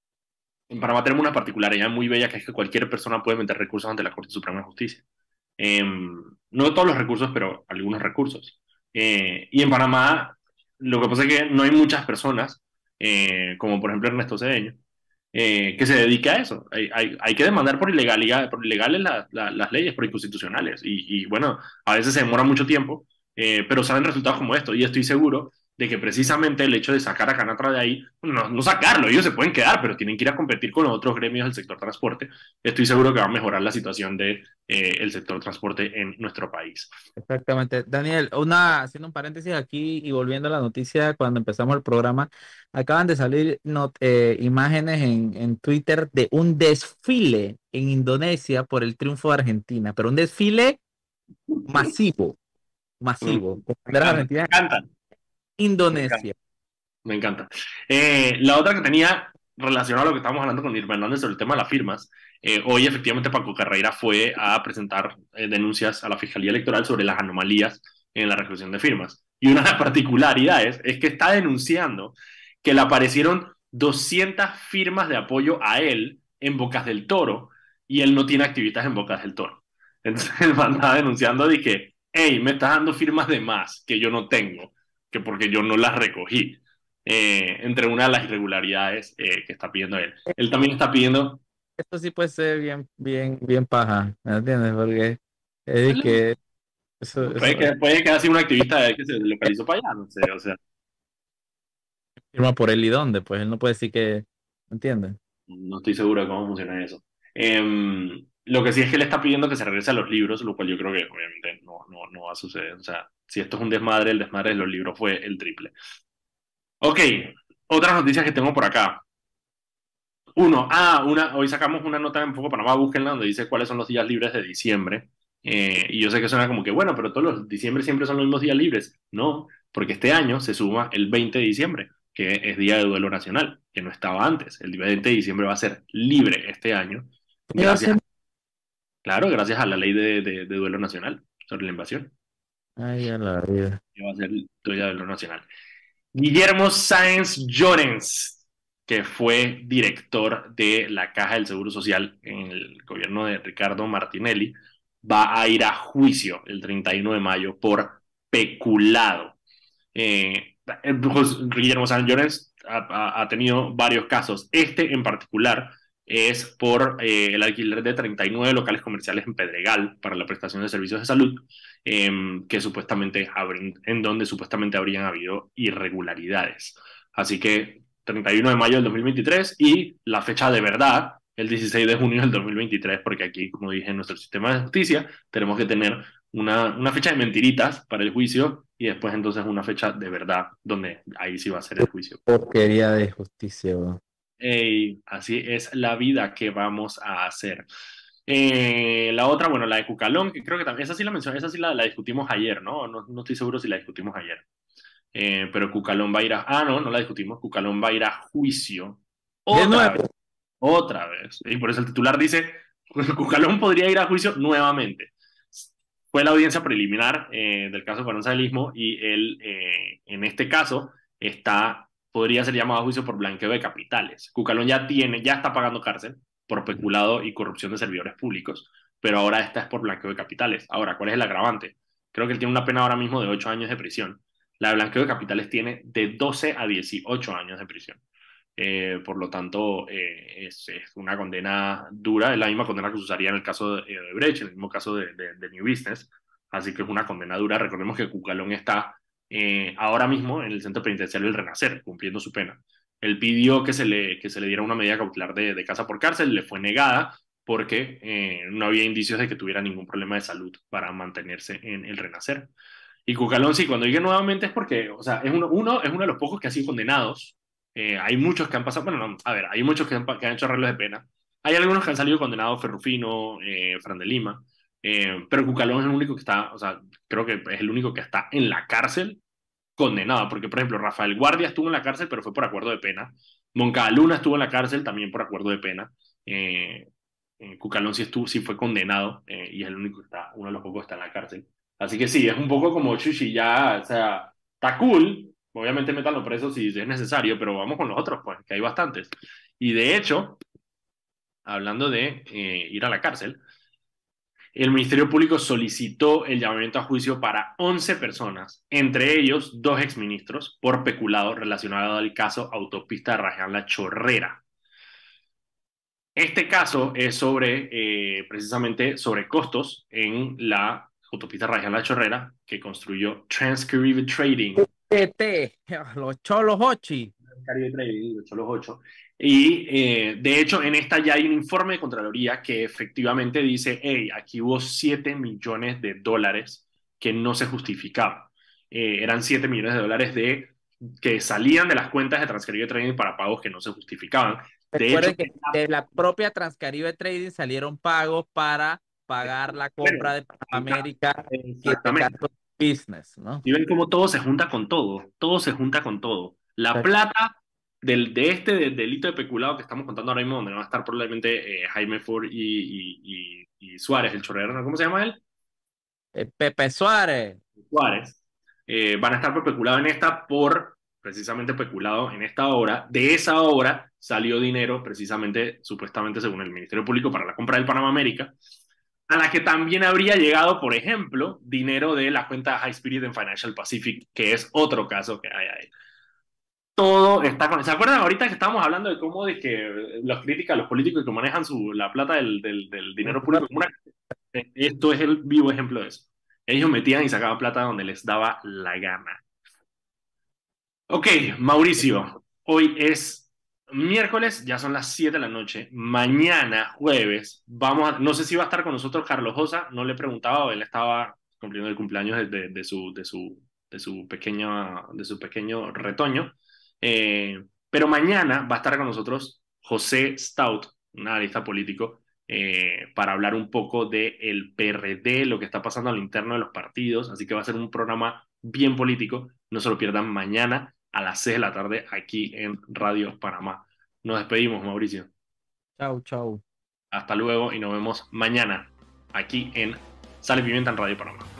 en Panamá tenemos una particularidad muy bella que es que cualquier persona puede meter recursos ante la Corte Suprema de Justicia. Eh, no todos los recursos, pero algunos recursos. Eh, y en Panamá, lo que pasa es que no hay muchas personas, eh, como por ejemplo Ernesto Cedeño, eh, que se dedique a eso. Hay, hay, hay que demandar por ilegalidad, por ilegales la, la, las leyes, por inconstitucionales. Y, y bueno, a veces se demora mucho tiempo, eh, pero salen resultados como esto. Y estoy seguro de que precisamente el hecho de sacar a Canatra de ahí, no, no sacarlo, ellos se pueden quedar, pero tienen que ir a competir con los otros gremios del sector transporte. Estoy seguro que va a mejorar la situación del de, eh, sector transporte en nuestro país. Exactamente. Daniel, una, haciendo un paréntesis aquí y volviendo a la noticia, cuando empezamos el programa, acaban de salir not- eh, imágenes en, en Twitter de un desfile en Indonesia por el triunfo de Argentina, pero un desfile masivo, masivo, con Me banderas encanta, me argentinas, encanta. Me encanta. Indonesia. Me encanta. Eh, la otra que tenía relacionado a lo que estábamos hablando con Irma Hernández sobre el tema de las firmas, eh, hoy efectivamente Paco Carreira fue a presentar eh, denuncias a la Fiscalía Electoral sobre las anomalías en la recolección de firmas. Y una de las particularidades es que está denunciando que le aparecieron doscientas firmas de apoyo a él en Bocas del Toro y él no tiene activistas en Bocas del Toro. Entonces él andaba denunciando de que, hey, me estás dando firmas de más que yo no tengo, que porque yo no las recogí. Eh, entre una de las irregularidades eh, que está pidiendo él. Él también está pidiendo... Esto sí puede ser bien, bien, bien paja, ¿me entiendes? Porque es de que eso, Puede eso que, puede que haya sido un activista de él que se localizó para allá, no sé, o sea, firma por él y dónde, pues él no puede decir que, ¿me entiendes? no estoy seguro de cómo funciona eso. Eh, lo que sí es que él está pidiendo que se regrese a los libros, lo cual yo creo que obviamente no, no, no va a suceder. O sea, si esto es un desmadre, el desmadre de los libros fue el triple. Ok, otras noticias que tengo por acá. Uno, ah, una, hoy sacamos una nota en Foco Panamá, búsquenla, donde dice cuáles son los días libres de diciembre. Eh, y yo sé que suena como que, bueno, pero todos los diciembre siempre son los mismos días libres. No, porque este año se suma el veinte de diciembre, que es Día de Duelo Nacional, que no estaba antes. El veinte de diciembre va a ser libre este año, gracias, claro, gracias a la ley de, de, de duelo nacional sobre la invasión, Ay, a la vida. que va a ser Día de Duelo Nacional. Guillermo Sáenz Llorens, que fue director de la Caja del Seguro Social en el gobierno de Ricardo Martinelli, va a ir a juicio el treinta y uno de mayo por peculado. Eh, Guillermo Sáenz Llorens ha, ha, ha, tenido varios casos. Este en particular es por eh, el alquiler de treinta y nueve locales comerciales en Pedregal para la prestación de servicios de salud, eh, que supuestamente habrían, en donde supuestamente habrían habido irregularidades. Así que treinta y uno de mayo del dos mil veintitrés y la fecha de verdad, el dieciséis de junio del dos mil veintitrés, porque aquí, como dije, en nuestro sistema de justicia tenemos que tener una, una fecha de mentiritas para el juicio y después entonces una fecha de verdad, donde ahí sí va a ser el juicio. Porquería de justicia, bro. Hey, así es la vida que vamos a hacer. Eh, la otra, bueno, la de Cucalón, que creo que también, esa sí la mencioné, esa sí la, la discutimos ayer, ¿no? ¿no? No estoy seguro si la discutimos ayer. Eh, pero Cucalón va a ir a... Ah, no, no la discutimos. Cucalón va a ir a juicio. Otra vez. Otra vez. Y por eso el titular dice, Cucalón podría ir a juicio nuevamente. Fue la audiencia preliminar eh, del caso Carranza del Istmo y él, eh, en este caso, está... podría ser llamado a juicio por blanqueo de capitales. Cucalón ya tiene, ya está pagando cárcel por peculado y corrupción de servidores públicos, pero ahora esta es por blanqueo de capitales. Ahora, ¿cuál es el agravante? Creo que él tiene una pena ahora mismo de ocho años de prisión. La de blanqueo de capitales tiene de doce a dieciocho años de prisión. Eh, por lo tanto, eh, es, es, una condena dura, es la misma condena que se usaría en el caso de, de Brecht, en el mismo caso de, de, de New Business, así que es una condena dura. Recordemos que Cucalón está eh, ahora mismo en el centro penitenciario del Renacer, cumpliendo su pena. Él pidió que se le, que se le diera una medida cautelar de, de casa por cárcel, le fue negada porque eh, no había indicios de que tuviera ningún problema de salud para mantenerse en el Renacer. Y Cucalón, sí, cuando llegue nuevamente es porque, o sea, es uno, uno, es uno de los pocos que ha sido condenados. Eh, hay muchos que han pasado, bueno, no, a ver, hay muchos que han, que han hecho arreglos de pena. Hay algunos que han salido condenados, Ferrufino, eh, Fran de Lima, eh, pero Cucalón es el único que está, o sea, creo que es el único que está en la cárcel condenado, porque por ejemplo, Rafael Guardia estuvo en la cárcel, pero fue por acuerdo de pena. Moncada Luna estuvo en la cárcel también por acuerdo de pena. Eh, eh, Cucalón sí, estuvo, sí fue condenado eh, y es el único que está, uno de los pocos que está en la cárcel. Así que sí, es un poco como Chuchi, ya, o sea, está cool. Obviamente métanlo preso si es necesario, pero vamos con los otros, pues, que hay bastantes. Y de hecho, hablando de eh, ir a la cárcel, el Ministerio Público solicitó el llamamiento a juicio para once personas, entre ellos dos exministros, por peculado relacionado al caso Autopista Raján La Chorrera. Este caso es sobre, eh, precisamente, sobre costos en la Autopista Raján La Chorrera que construyó Transcaribe Trading. T T, los cholos ochi. Transcaribe Trading, los cholos ocho. Y eh, de hecho, en esta ya hay un informe de Contraloría que efectivamente dice: hey, aquí hubo siete millones de dólares que no se justificaban. Eh, eran siete millones de dólares de, que salían de las cuentas de Transcaribe Trading para pagos que no se justificaban. De Recuerden hecho, que de la propia Transcaribe Trading salieron pagos para pagar la compra de Panamérica y este caso business, ¿no? Y ven cómo todo se junta con todo, todo se junta con todo. La plata del, de este del delito de peculado que estamos contando ahora mismo, donde va a estar probablemente eh, Jaime Ford y, y, y, y Suárez, el chorrero, ¿no? ¿Cómo se llama él? Eh, Pepe Suárez. Suárez. Eh, van a estar por peculado en esta por, precisamente peculado en esta obra. De esa obra salió dinero, precisamente, supuestamente según el Ministerio Público, para la compra del Panamá América, a la que también habría llegado, por ejemplo, dinero de la cuenta High Spirit en Financial Pacific, que es otro caso que hay ahí. Todo está con... ¿Se acuerdan ahorita que estábamos hablando de cómo de que los críticas, los políticos que manejan su, la plata del, del, del dinero público? Una... Esto es el vivo ejemplo de eso. Ellos metían y sacaban plata donde les daba la gana. Ok, Mauricio, hoy es miércoles, ya son las siete de la noche. Mañana, jueves, vamos a... No sé si va a estar con nosotros Carlos Josa, no le he preguntado, él estaba cumpliendo el cumpleaños de, de, de, su, de, su, de, su pequeño, de su pequeño retoño. Eh, pero mañana va a estar con nosotros José Stout, un analista político, eh, para hablar un poco del P R D, lo que está pasando al interno de los partidos. Así que va a ser un programa bien político. No se lo pierdan mañana a las seis de la tarde aquí en Radio Panamá. Nos despedimos, Mauricio. Chau, chau. Hasta luego y nos vemos mañana aquí en Sal y Pimienta en Radio Panamá.